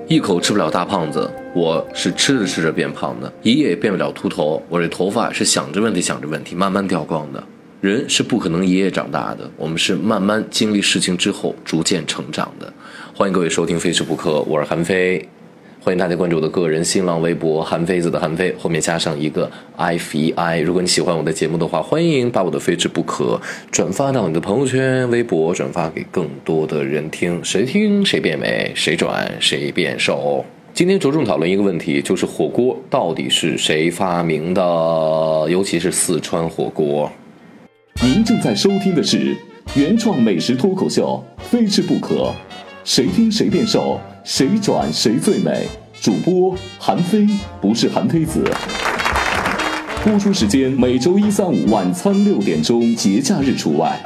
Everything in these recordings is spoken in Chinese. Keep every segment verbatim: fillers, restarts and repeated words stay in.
一口吃不了大胖子，我是吃着吃着变胖的，一夜也变不了秃头，我这头发是想着问题想着问题慢慢掉光的。人是不可能一夜长大的，我们是慢慢经历事情之后逐渐成长的。欢迎各位收听非吃不可，我是韩非，欢迎大家关注我的个人新浪微博韩非子的韩非，后面加上一个 F E I。 如果你喜欢我的节目的话，欢迎把我的非吃不可转发到你的朋友圈微博，转发给更多的人听，谁听谁变美，谁转谁变瘦。今天着重讨论一个问题，就是火锅到底是谁发明的，尤其是四川火锅。 您正在收听的是原创美食脱口秀非吃不可，谁听谁变瘦，谁转谁最美。主播韩非，不是韩非子。播出时间每周一三五晚餐六点钟，节假日除外。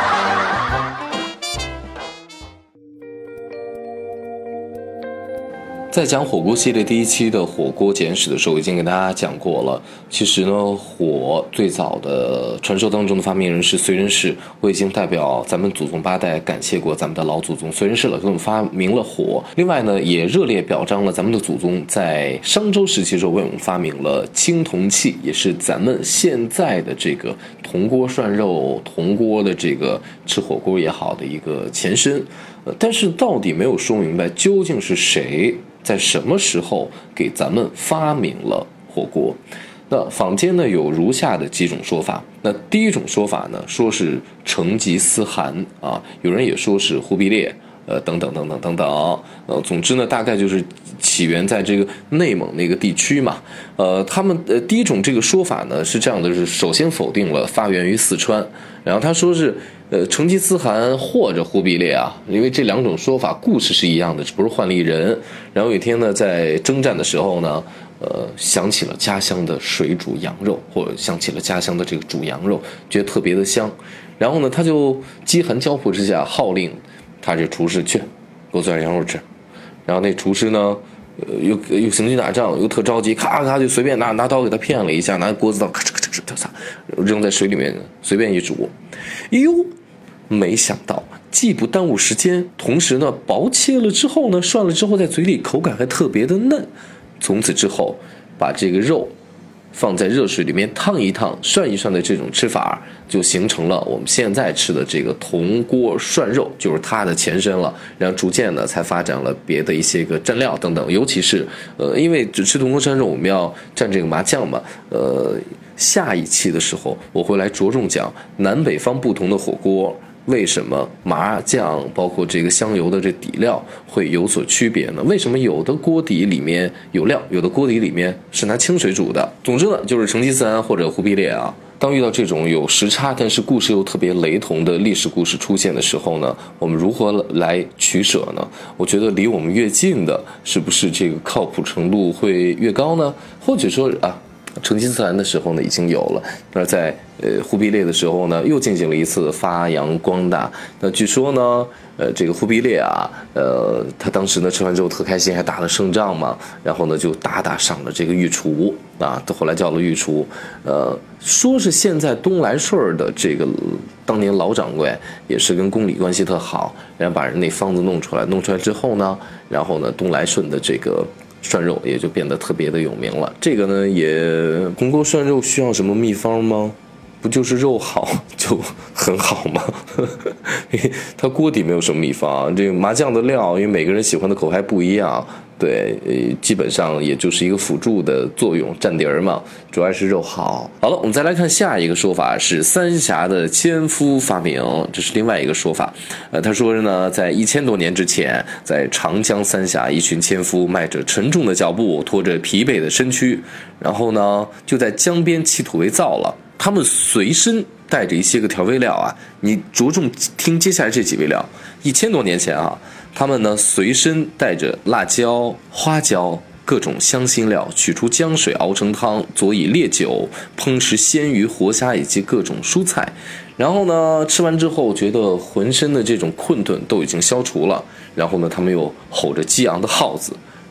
在讲火锅系列第一期的火锅简史的时候，已经给大家讲过了。其实呢，火最早的传说当中的发明人是燧人氏，我已经代表咱们祖宗八代感谢过咱们的老祖宗燧人氏了，给我们发明了火。另外呢，也热烈表彰了咱们的祖宗在商周时期时候为我们发明了青铜器，也是咱们现在的这个铜锅涮肉、铜锅的这个吃火锅也好的一个前身。呃，但是到底没有说明白究竟是谁在什么时候给咱们发明了火锅。那坊间呢有如下的几种说法。那第一种说法呢，说是成吉思汗啊，有人也说是忽必烈，呃，等等等等等等。呃，总之呢，大概就是起源在这个内蒙那个地区嘛。呃，他们呃第一种这个说法呢是这样的，是首先否定了发源于四川，然后他说是呃成吉思汗或者忽必烈啊，因为这两种说法故事是一样的，只不是换了一人。然后有一天呢，在征战的时候呢，呃，想起了家乡的水煮羊肉，或者想起了家乡的这个煮羊肉，觉得特别的香。然后呢，他就饥寒交迫之下，号令他这厨师去给我做点羊肉吃。然后那厨师呢，呃，又又行军打仗，又特着急，咔咔就随便拿拿刀给他片了一下，拿锅子刀咔嚓咔嚓咔嚓扔在水里面，随便一煮。哎呦，没想到既不耽误时间，同时呢，薄切了之后呢，涮了之后在嘴里口感还特别的嫩。从此之后，把这个肉放在热水里面烫一烫、涮一涮的这种吃法，就形成了我们现在吃的这个铜锅涮肉，就是它的前身了。然后逐渐的才发展了别的一些个蘸料等等，尤其是呃，因为只吃铜锅涮肉，我们要蘸这个麻酱嘛。呃，下一期的时候我会来着重讲南北方不同的火锅。为什么麻酱包括这个香油的这底料会有所区别呢？为什么有的锅底里面有料，有的锅底里面是拿清水煮的？总之呢，就是成吉思汗或者忽必烈啊，当遇到这种有时差但是故事又特别雷同的历史故事出现的时候呢，我们如何来取舍呢？我觉得离我们越近的，是不是这个靠谱程度会越高呢？或者说啊，成吉思汗的时候呢已经有了，那在呃忽必烈的时候呢又进行了一次发扬光大。那据说呢，呃这个忽必烈啊，呃他当时呢吃完之后特开心，还打了胜仗嘛，然后呢就大大赏了这个御厨啊，他后来叫了御厨。呃，说是现在东来顺的这个当年老掌柜也是跟宫里关系特好，然后把人那方子弄出来，弄出来之后呢，然后呢东来顺的这个涮肉也就变得特别的有名了。这个呢，也铜锅涮肉需要什么秘方吗？不就是肉好就很好吗？因为它锅底没有什么秘方，这个麻酱的料，因为每个人喜欢的口还不一样，对，基本上也就是一个辅助的作用，蘸碟儿嘛，主要是肉好。好了，我们再来看下一个说法，是三峡的千夫发明，这是另外一个说法。呃，他说呢，在一千多年之前，在长江三峡，一群千夫迈着沉重的脚步，拖着疲惫的身躯，然后呢，就在江边弃土为灶了。他们随身带着一些个调味料啊，你着重听接下来这几味料。一千多年前啊，他们呢随身带着辣椒、花椒、各种香辛料，取出姜水熬成汤，佐以烈酒，烹食鲜鱼、活虾以及各种蔬菜。然后呢，吃完之后觉得浑身的这种困顿都已经消除了。然后呢，他们又吼着激昂的号子，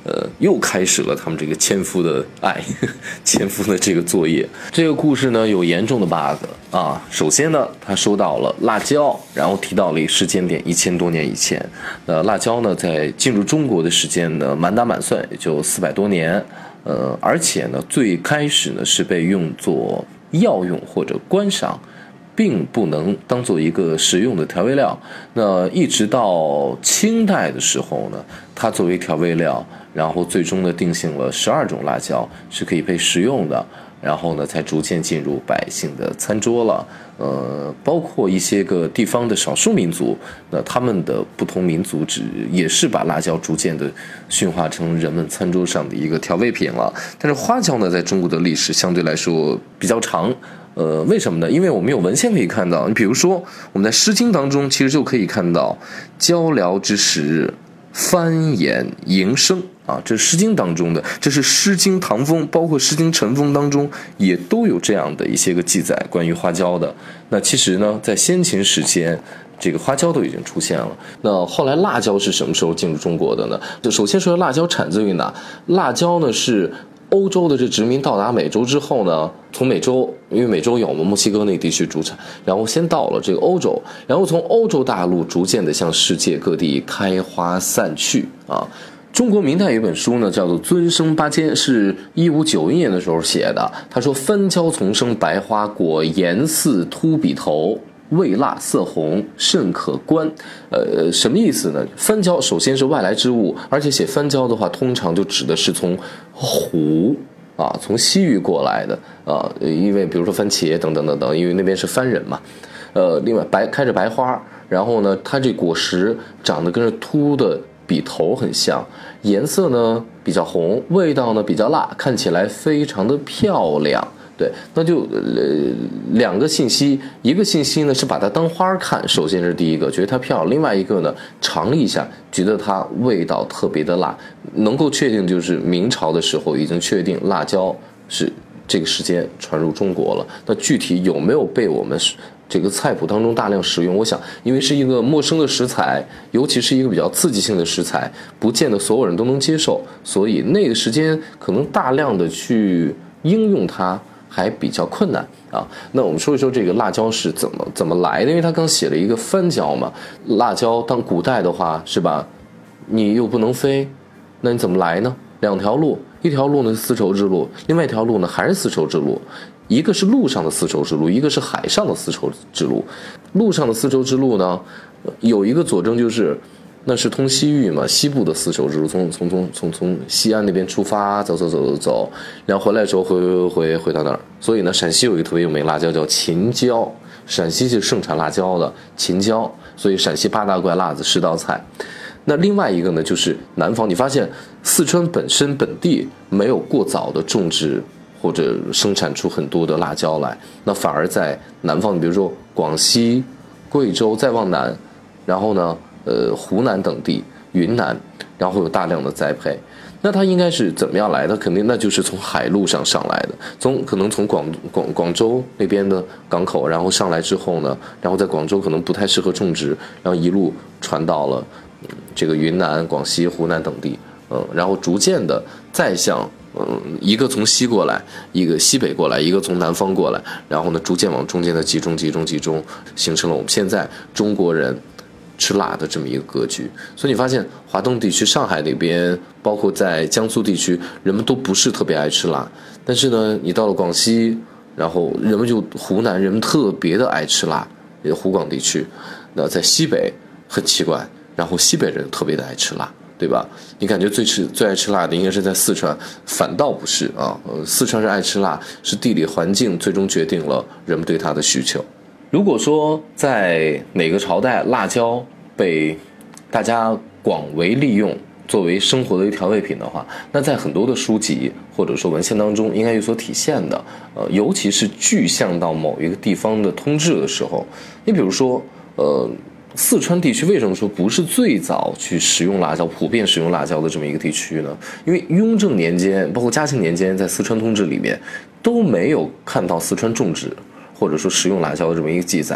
呃，又开始了他们这个千夫的爱，千夫的这个作业。这个故事呢有严重的 bug 啊。首先呢，他说到了辣椒，然后提到了一个时间点一千多年以前。呃，辣椒呢在进入中国的时间呢满打满算也就四百多年。呃，而且呢最开始呢是被用作药用或者观赏，并不能当做一个食用的调味料。那一直到清代的时候呢，它作为调味料，然后最终呢定性了十二种辣椒是可以被食用的，然后呢才逐渐进入百姓的餐桌了。呃，包括一些个地方的少数民族，那他们的不同民族只也是把辣椒逐渐的驯化成人们餐桌上的一个调味品了。但是花椒呢，在中国的历史相对来说比较长。呃，为什么呢？因为我们有文献可以看到，你比如说我们在《诗经》当中，其实就可以看到“椒辽之时，翻眼迎声”啊，这是《诗经》当中的，这是《诗经·唐风》，包括《诗经·陈风》当中也都有这样的一些个记载关于花椒的。那其实呢，在先秦时间，这个花椒都已经出现了。那后来辣椒是什么时候进入中国的呢？就首先说辣椒产自于哪？辣椒呢是欧洲的这殖民到达美洲之后呢，从美洲，因为美洲有嘛，墨西哥那地区主产，然后先到了这个欧洲，然后从欧洲大陆逐渐的向世界各地开花散去啊。中国明代有一本书呢，叫做《尊生八间》，是一五九一年的时候写的。他说：“番椒丛生白花果，颜似秃笔头，味辣色红，甚可观。”呃，什么意思呢？番椒首先是外来之物，而且写番椒的话，通常就指的是从胡啊，从西域过来的啊，因为比如说番茄等等等等，因为那边是番人嘛。呃，另外白开着白花，然后呢，它这果实长得跟着秃的笔头很像，颜色呢比较红，味道呢比较辣，看起来非常的漂亮。对，那就呃两个信息，一个信息呢是把它当花看，首先是第一个，觉得它漂亮；另外一个呢，尝了一下，觉得它味道特别的辣，能够确定就是明朝的时候已经确定辣椒是这个时间传入中国了。那具体有没有被我们这个菜谱当中大量使用？我想，因为是一个陌生的食材，尤其是一个比较刺激性的食材，不见得所有人都能接受，所以那个时间可能大量的去应用它还比较困难啊。那我们说一说这个辣椒是怎么怎么来的，因为他刚写了一个番椒嘛，辣椒当古代的话是吧，你又不能飞，那你怎么来呢？两条路，一条路呢是丝绸之路，另外一条路呢还是丝绸之路。一个是陆上的丝绸之路，一个是海上的丝绸之路。陆上的丝绸之路呢，有一个佐证就是，那是通西域嘛，西部的丝绸之路，从从从从从西安那边出发，走走走走走，然后回来的时候回回回回到那儿。所以呢，陕西有一个特别有名辣椒叫秦椒，陕西是盛产辣椒的秦椒，所以陕西八大怪辣子十道菜。那另外一个呢，就是南方，你发现四川本身本地没有过早的种植或者生产出很多的辣椒来，那反而在南方，比如说广西、贵州，再往南，然后呢，呃，湖南等地、云南，然后有大量的栽培。那它应该是怎么样来的？肯定那就是从海路上上来的，从可能从广广广州那边的港口，然后上来之后呢，然后在广州可能不太适合种植，然后一路传到了、嗯、这个云南、广西、湖南等地，嗯，然后逐渐的再向。嗯，一个从西过来，一个西北过来，一个从南方过来，然后呢，逐渐往中间的集中、集中、集中，形成了我们现在中国人吃辣的这么一个格局。所以你发现华东地区、上海那边，包括在江苏地区，人们都不是特别爱吃辣。但是呢，你到了广西，然后人们就湖南人们特别的爱吃辣，湖广地区。那在西北很奇怪，然后西北人特别的爱吃辣。对吧？你感觉最吃最爱吃辣的应该是在四川，反倒不是啊。呃，四川是爱吃辣，是地理环境最终决定了人们对它的需求。如果说在哪个朝代辣椒被大家广为利用作为生活的一个调味品的话，那在很多的书籍或者说文献当中应该有所体现的。呃，尤其是具象到某一个地方的通治的时候，你比如说，呃。四川地区为什么说不是最早去使用辣椒、普遍使用辣椒的这么一个地区呢？因为雍正年间，包括嘉庆年间，在四川通志里面都没有看到四川种植或者说食用辣椒的这么一个记载。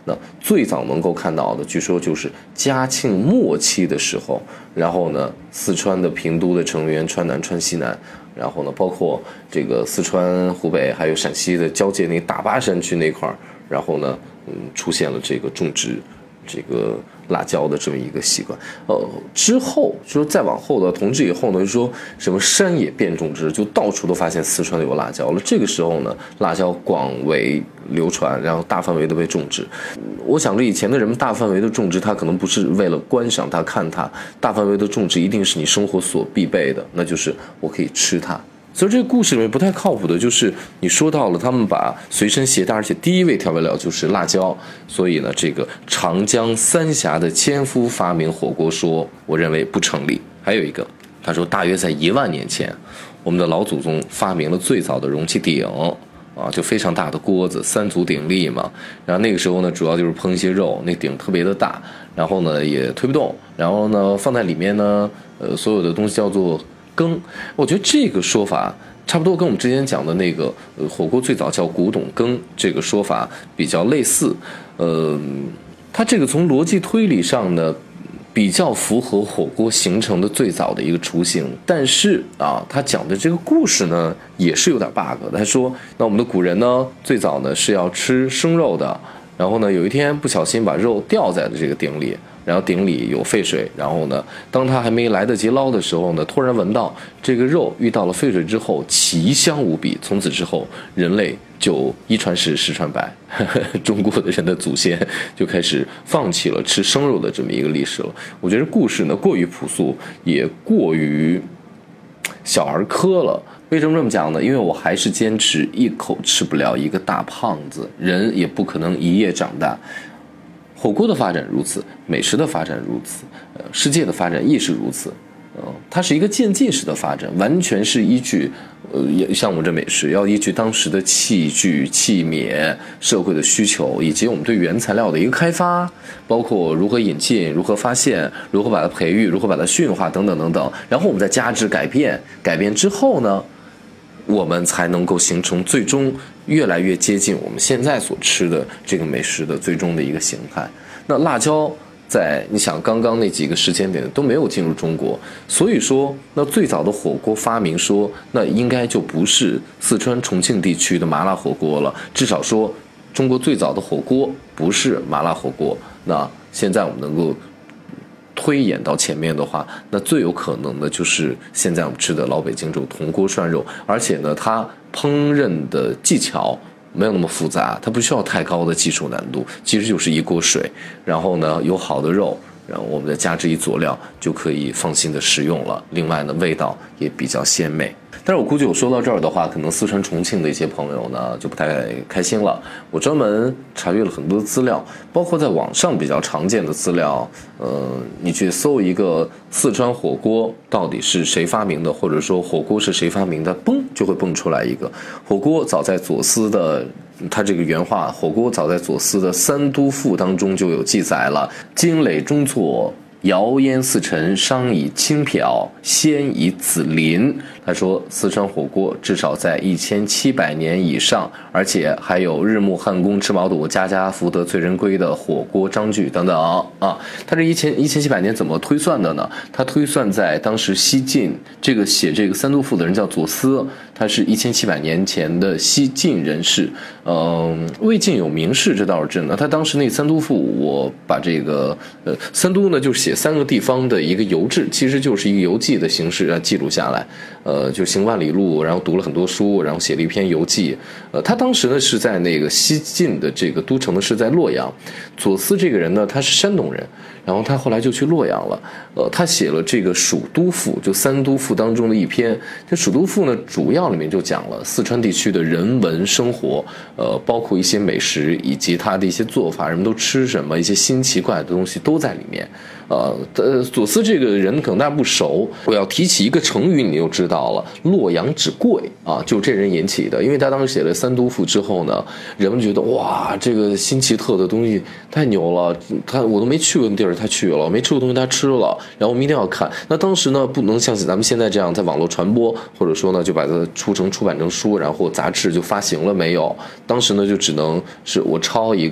那最早能够看到的，据说就是嘉庆末期的时候，然后呢，四川的平都的成员川南、川西南，然后呢，包括这个四川、湖北还有陕西的交界那大巴山区那块儿，然后呢，嗯，出现了这个种植这个辣椒的这么一个习惯。呃，之后就是再往后的同治以后呢，就说什么山野变种植，就到处都发现四川有辣椒了。这个时候呢，辣椒广为流传，然后大范围的被种植。我想着以前的人们大范围的种植，它可能不是为了观赏它、看它，大范围的种植一定是你生活所必备的，那就是我可以吃它。所以这个故事里面不太靠谱的就是你说到了他们把随身携带，而且第一味调味料就是辣椒，所以呢，这个长江三峡的千夫发明火锅说，我认为不成立。还有一个，他说大约在一万年前，我们的老祖宗发明了最早的容器鼎啊，就非常大的锅子，三足鼎立嘛。然后那个时候呢，主要就是烹一些肉，那鼎特别的大，然后呢也推不动，然后呢放在里面呢，呃，所有的东西叫做羹。我觉得这个说法差不多跟我们之前讲的那个、呃、火锅最早叫古董羹这个说法比较类似。呃，它这个从逻辑推理上呢，比较符合火锅形成的最早的一个雏形。但是啊，他讲的这个故事呢，也是有点 bug。他说，那我们的古人呢，最早呢是要吃生肉的，然后呢，有一天不小心把肉掉在了这个鼎里。然后鼎里有沸水，然后呢，当他还没来得及捞的时候呢，突然闻到这个肉遇到了沸水之后奇香无比，从此之后人类就一传十十传百，呵呵，中国的人的祖先就开始放弃了吃生肉的这么一个历史了。我觉得故事呢过于朴素，也过于小儿科了。为什么这么讲呢？因为我还是坚持一口吃不了一个大胖子，人也不可能一夜长大。火锅的发展如此，美食的发展如此，呃，世界的发展亦是如此，呃，它是一个渐进式的发展，完全是依据，呃，像我们这美食要依据当时的器具、器皿、社会的需求，以及我们对原材料的一个开发，包括如何引进、如何发现、如何把它培育、如何把它驯化等等等等，然后我们再加之改变，改变之后呢，我们才能够形成最终越来越接近我们现在所吃的这个美食的最终的一个形态。那辣椒在你想刚刚那几个时间点都没有进入中国，所以说那最早的火锅发明说那应该就不是四川重庆地区的麻辣火锅了，至少说中国最早的火锅不是麻辣火锅。那现在我们能够推演到前面的话，那最有可能的就是现在我们吃的老北京这种铜锅涮肉，而且呢，它烹饪的技巧没有那么复杂，它不需要太高的技术难度，其实就是一锅水，然后呢有好的肉，然后我们再加之一佐料，就可以放心的食用了。另外呢，味道也比较鲜美。但是我估计我说到这儿的话，可能四川重庆的一些朋友呢就不太开心了。我专门查阅了很多资料，包括在网上比较常见的资料，呃，你去搜一个四川火锅到底是谁发明的，或者说火锅是谁发明的，嘣就会蹦出来一个火锅早在左思的。他这个原话，火锅早在左思的《三都赋》当中就有记载了：金垒中错，谣烟四尘，商以轻漂，鲜以紫鳞。他说，四川火锅至少在一千七百年以上，而且还有日暮汉宫吃毛肚、家家福得醉人归的火锅章句等等啊。他这一千一千七百年怎么推算的呢？他推算在当时西晋，这个写这个《三都赋》的人叫左思，他是一千七百年前的西晋人士。嗯，魏晋有名士，这倒是真的。他当时那《三都赋》，我把这个呃三都呢，就是写三个地方的一个游志，其实就是一个游记的形式啊，记录下来。呃，就行万里路，然后读了很多书，然后写了一篇游记。呃，他当时呢是在那个西晋的这个都城呢是在洛阳。左思这个人呢，他是山东人，然后他后来就去洛阳了。呃，他写了这个《蜀都赋》，就《三都赋》当中的一篇。这《蜀都赋》呢，主要里面就讲了四川地区的人文生活，呃，包括一些美食以及他的一些做法，人们都吃什么，一些新奇怪的东西都在里面。呃，呃，左思这个人可能大家不熟，我要提起一个成语，你就知道了，洛阳纸贵啊，就这人引起的。因为他当时写了《三都赋》之后呢，人们觉得哇，这个新奇特的东西太牛了，他我都没去过的地儿他去了，没吃过东西他吃了，然后我们一定要看。那当时呢，不能像咱们现在这样在网络传播，或者说呢就把它出成出版成书，然后杂志就发行了没有？当时呢就只能是我抄一个。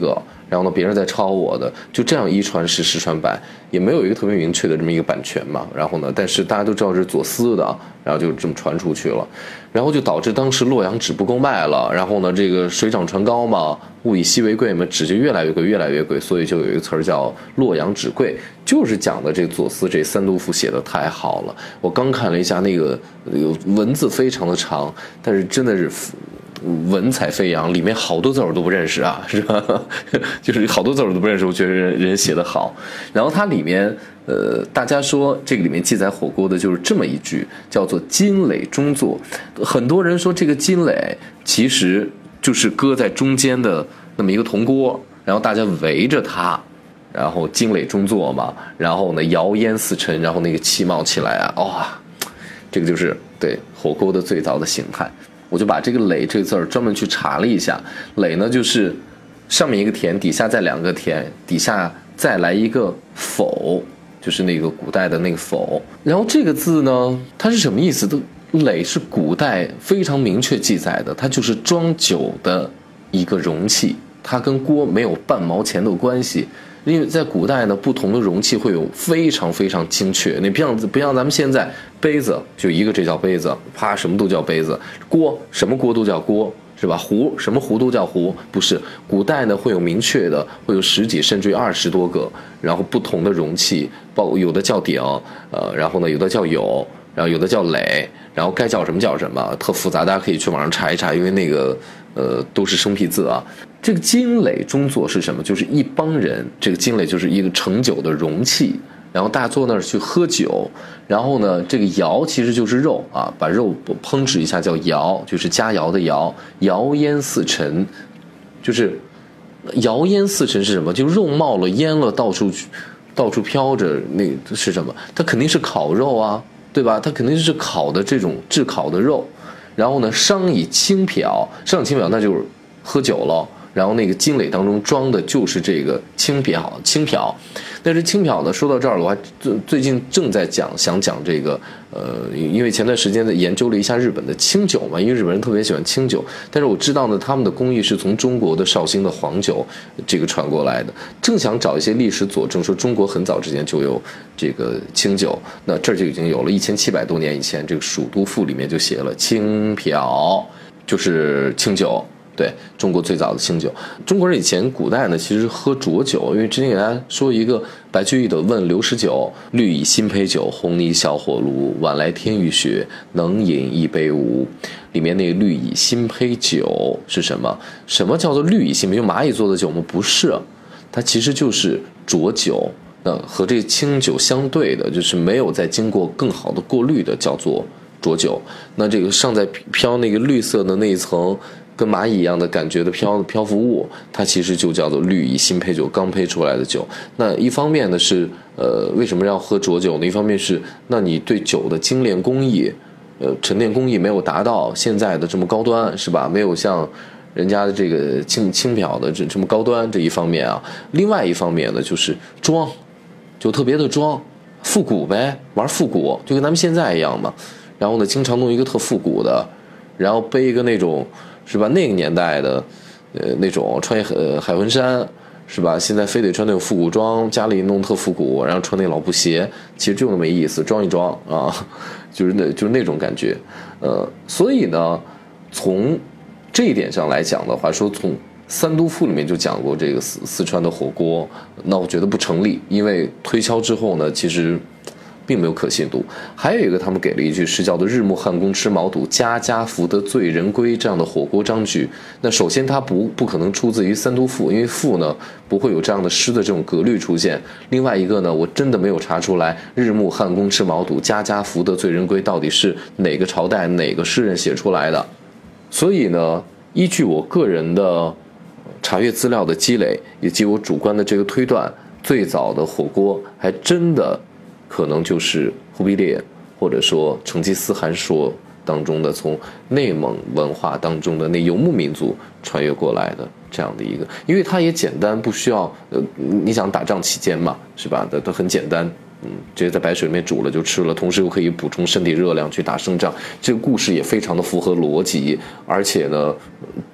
然后呢别人在抄我的，就这样一传十十传百，也没有一个特别明确的这么一个版权嘛。然后呢，但是大家都知道是左思的，然后就这么传出去了，然后就导致当时洛阳纸不够卖了，然后呢这个水涨船高嘛，物以稀为贵嘛，纸就越来越贵越来越贵，所以就有一个词儿叫洛阳纸贵，就是讲的这个左思这三都赋写的太好了。我刚看了一下那个文字非常的长，但是真的是文采飞扬，里面好多字我都不认识啊，是吧？就是好多字我都不认识，我觉得人人写得好。然后它里面，呃，大家说这个里面记载火锅的就是这么一句，叫做“金垒中坐”。很多人说这个金垒其实就是搁在中间的那么一个铜锅，然后大家围着它，然后金垒中坐嘛，然后呢摇烟四尘，然后那个气冒起来啊，哇、哦，这个就是对火锅的最早的形态。我就把这个垒这个字儿专门去查了一下，垒呢就是上面一个田，底下再两个田，底下再来一个否，就是那个古代的那个否。然后这个字呢，它是什么意思？垒是古代非常明确记载的，它就是装酒的一个容器，它跟锅没有半毛钱的关系。因为在古代呢，不同的容器会有非常非常精确。你不像不像咱们现在杯子就一个，这叫杯子，啪什么都叫杯子。锅什么锅都叫锅，是吧？壶什么壶都叫壶，不是。古代呢会有明确的，会有十几甚至于二十多个，然后不同的容器，包有的叫鼎，呃，然后呢有的叫牖，然后有的叫垒，然后该叫什么叫什么，特复杂，大家可以去网上查一查，因为那个呃都是生僻字啊。这个金垒中坐是什么？就是一帮人，这个金垒就是一个盛酒的容器，然后大家坐那儿去喝酒，然后呢，这个肴其实就是肉啊，把肉烹制一下叫肴，就是佳肴的肴，肴烟四尘，就是肴烟四尘是什么？就肉冒了烟了，到处到处飘着，那是什么？它肯定是烤肉啊，对吧？它肯定是烤的这种炙烤的肉，然后呢，商以轻瓢，商以轻瓢那就是喝酒了。然后那个金垒当中装的就是这个轻瓢，轻瓢。但是轻瓢呢，说到这儿，我还最近正在讲，想讲这个，呃，因为前段时间呢研究了一下日本的清酒嘛，因为日本人特别喜欢清酒，但是我知道呢，他们的工艺是从中国的绍兴的黄酒这个传过来的。正想找一些历史佐证，说中国很早之前就有这个清酒，那这儿就已经有了一千七百多年以前，这个《蜀都赋》里面就写了轻瓢，就是清酒。对，中国最早的清酒，中国人以前古代呢，其实喝浊酒，因为之前给大家说一个白居易的《问刘十九》，绿蚁新醅酒，红泥小火炉，晚来天欲雪，能饮一杯无？里面那个绿蚁新醅酒是什么？什么叫做绿蚁新醅？用蚂蚁做的酒吗？不是，它其实就是浊酒。那和这个清酒相对的，就是没有再经过更好的过滤的，叫做浊酒。那这个上在飘那个绿色的那一层，跟蚂蚁一样的感觉的漂漂浮物，它其实就叫做绿蚁新醅酒，刚醅出来的酒。那一方面呢是，呃，为什么要喝浊酒呢？一方面是，那你对酒的精炼工艺，呃，沉淀工艺没有达到现在的这么高端，是吧？没有像人家的这个轻轻漂的这这么高端这一方面啊。另外一方面呢，就是装，就特别的装，复古呗，玩复古，就跟咱们现在一样嘛。然后呢，经常弄一个特复古的，然后背一个那种。是吧？那个年代的，呃，那种穿呃海魂衫，是吧？现在非得穿那种复古装，家里弄特复古，然后穿那老布鞋，其实就那么意思，装一装啊，就是那就是那种感觉，呃，所以呢，从这一点上来讲的话，说从三都赋里面就讲过这个四四川的火锅，那我觉得不成立，因为推敲之后呢，其实并没有可信度。还有一个，他们给了一句是叫做“日暮汉宫吃毛肚，家家福得醉人归”这样的火锅章句。那首先它不不可能出自于三都赋，因为赋呢不会有这样的诗的这种格律出现。另外一个呢，我真的没有查出来“日暮汉宫吃毛肚，家家福得醉人归”到底是哪个朝代哪个诗人写出来的。所以呢，依据我个人的查阅资料的积累，以及我主观的这个推断，最早的火锅还真的可能就是忽必烈，或者说成吉思汗说当中的从内蒙文化当中的那游牧民族穿越过来的这样的一个，因为它也简单，不需要呃，你想打仗期间嘛，是吧？它都很简单，嗯，直接在白水里面煮了就吃了，同时又可以补充身体热量去打胜仗。这个故事也非常的符合逻辑，而且呢，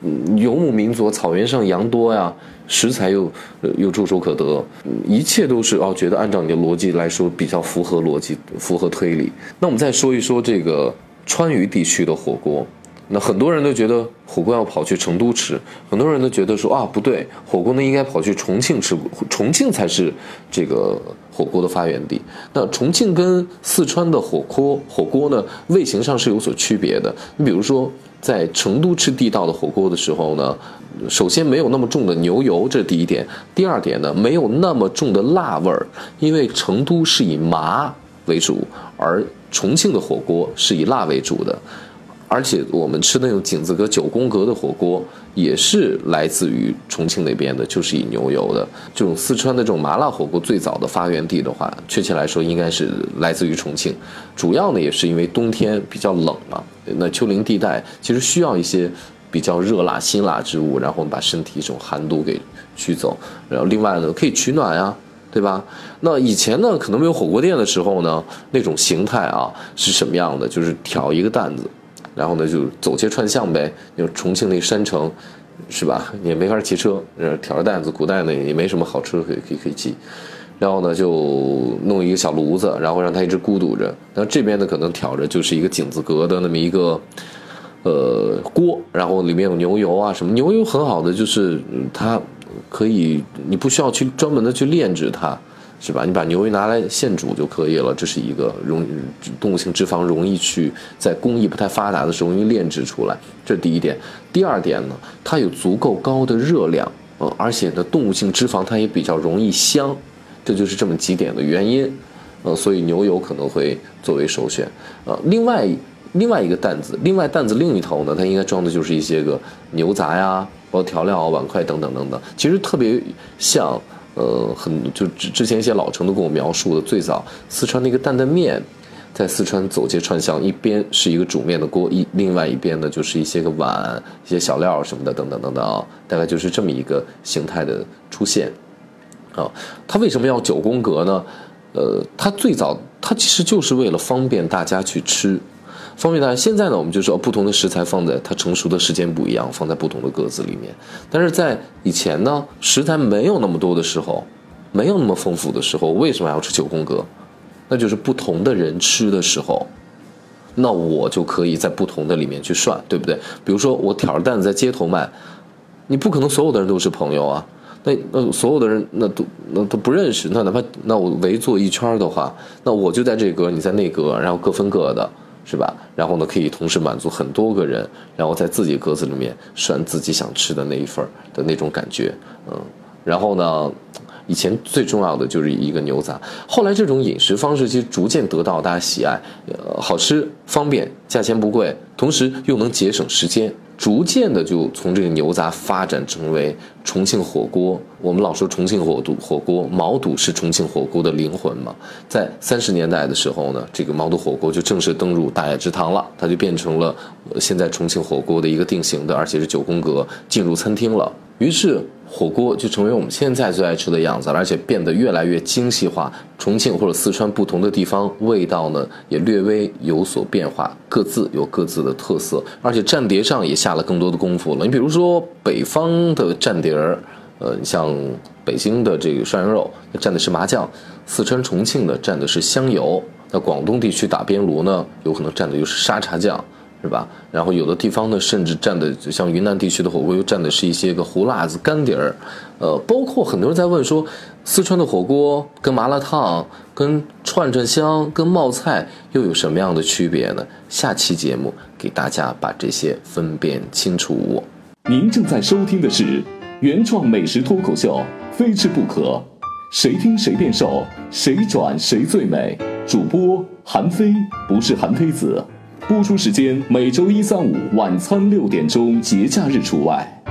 嗯，游牧民族，草原上羊多呀，食材又又触手可得，一切都是哦，觉得按照你的逻辑来说比较符合逻辑，符合推理。那我们再说一说这个川渝地区的火锅。那很多人都觉得火锅要跑去成都吃，很多人都觉得说啊不对，火锅呢应该跑去重庆吃，重庆才是这个火锅的发源地。那重庆跟四川的火锅火锅呢，味型上是有所区别的。你比如说，在成都吃地道的火锅的时候呢，首先没有那么重的牛油，这是第一点。第二点呢，没有那么重的辣味儿，因为成都是以麻为主，而重庆的火锅是以辣为主的。而且我们吃那种井字阁、九宫格的火锅，也是来自于重庆那边的，就是以牛油的。这种四川的这种麻辣火锅最早的发源地的话，确切来说应该是来自于重庆。主要呢也是因为冬天比较冷嘛，那丘陵地带其实需要一些比较热辣辛辣之物，然后把身体这种寒毒给驱走。然后另外呢可以取暖呀，对吧？那以前呢可能没有火锅店的时候呢，那种形态啊是什么样的？就是挑一个担子。然后呢，就走街串巷呗。就重庆那山城，是吧？你也没法骑车，挑着担子，古代呢也没什么好车可以可以可以骑。然后呢，就弄一个小炉子，然后让它一直咕嘟着。那这边呢，可能挑着就是一个井字格的那么一个呃锅，然后里面有牛油啊什么。牛油很好的就是它可以，你不需要去专门的去炼制它。是吧？你把牛油拿来现煮就可以了，这是一个容动物性脂肪容易去在工艺不太发达的时候容易炼制出来，这是第一点。第二点呢，它有足够高的热量，呃，而且呢，动物性脂肪它也比较容易香，这就是这么几点的原因，呃，所以牛油可能会作为首选。呃，另外另外一个担子，另外担子另一头呢，它应该装的就是一些个牛杂呀，包括调料、碗筷等等等等，其实特别像。呃，很就之之前一些老城都跟我描述的，最早四川那个担担面，在四川走街串巷，一边是一个煮面的锅，一另外一边呢就是一些个碗、一些小料什么的，等等等等啊，大概就是这么一个形态的出现。啊，它为什么要九宫格呢？呃，它最早它其实就是为了方便大家去吃。方便大家。现在呢，我们就说不同的食材放在它成熟的时间不一样，放在不同的格子里面。但是在以前呢，食材没有那么多的时候，没有那么丰富的时候，为什么要吃九宫格？那就是不同的人吃的时候，那我就可以在不同的里面去涮，对不对？比如说我挑着担子在街头卖，你不可能所有的人都是朋友啊。那那所有的人那都那都不认识，那哪怕那我围坐一圈的话，那我就在这格，你在那格，然后各分各的。是吧？然后呢，可以同时满足很多个人，然后在自己格子里面涮自己想吃的那一份的那种感觉，嗯。然后呢，以前最重要的就是一个牛杂，后来这种饮食方式其实逐渐得到大家喜爱，呃，好吃、方便、价钱不贵，同时又能节省时间，逐渐的就从这个牛杂发展成为重庆火锅。我们老说重庆火肚火锅，毛肚是重庆火锅的灵魂嘛。在三十年代的时候呢，这个毛肚火锅就正式登入大雅之堂了，它就变成了现在重庆火锅的一个定型的，而且是九宫格进入餐厅了。于是火锅就成为我们现在最爱吃的样子，而且变得越来越精细化。重庆或者四川不同的地方，味道呢也略微有所变化，各自有各自的特色，而且蘸碟上也下了更多的功夫了。你比如说北方的蘸碟儿，呃，像北京的这个涮羊肉，蘸的是麻酱；四川重庆的蘸的是香油；那广东地区打边炉呢，有可能蘸的就是沙茶酱。是吧？然后有的地方呢，甚至蘸的像云南地区的火锅，又蘸的是一些个胡辣子、干碟儿，呃，包括很多人在问说，四川的火锅跟麻辣烫、跟串串香、跟冒菜又有什么样的区别呢？下期节目给大家把这些分辨清楚。 您正在收听的是原创美食脱口秀，非吃不可，谁听谁变瘦，谁转谁最美。主播韩非，不是韩非子。播出时间每周一、三、五晚餐六点钟，节假日除外。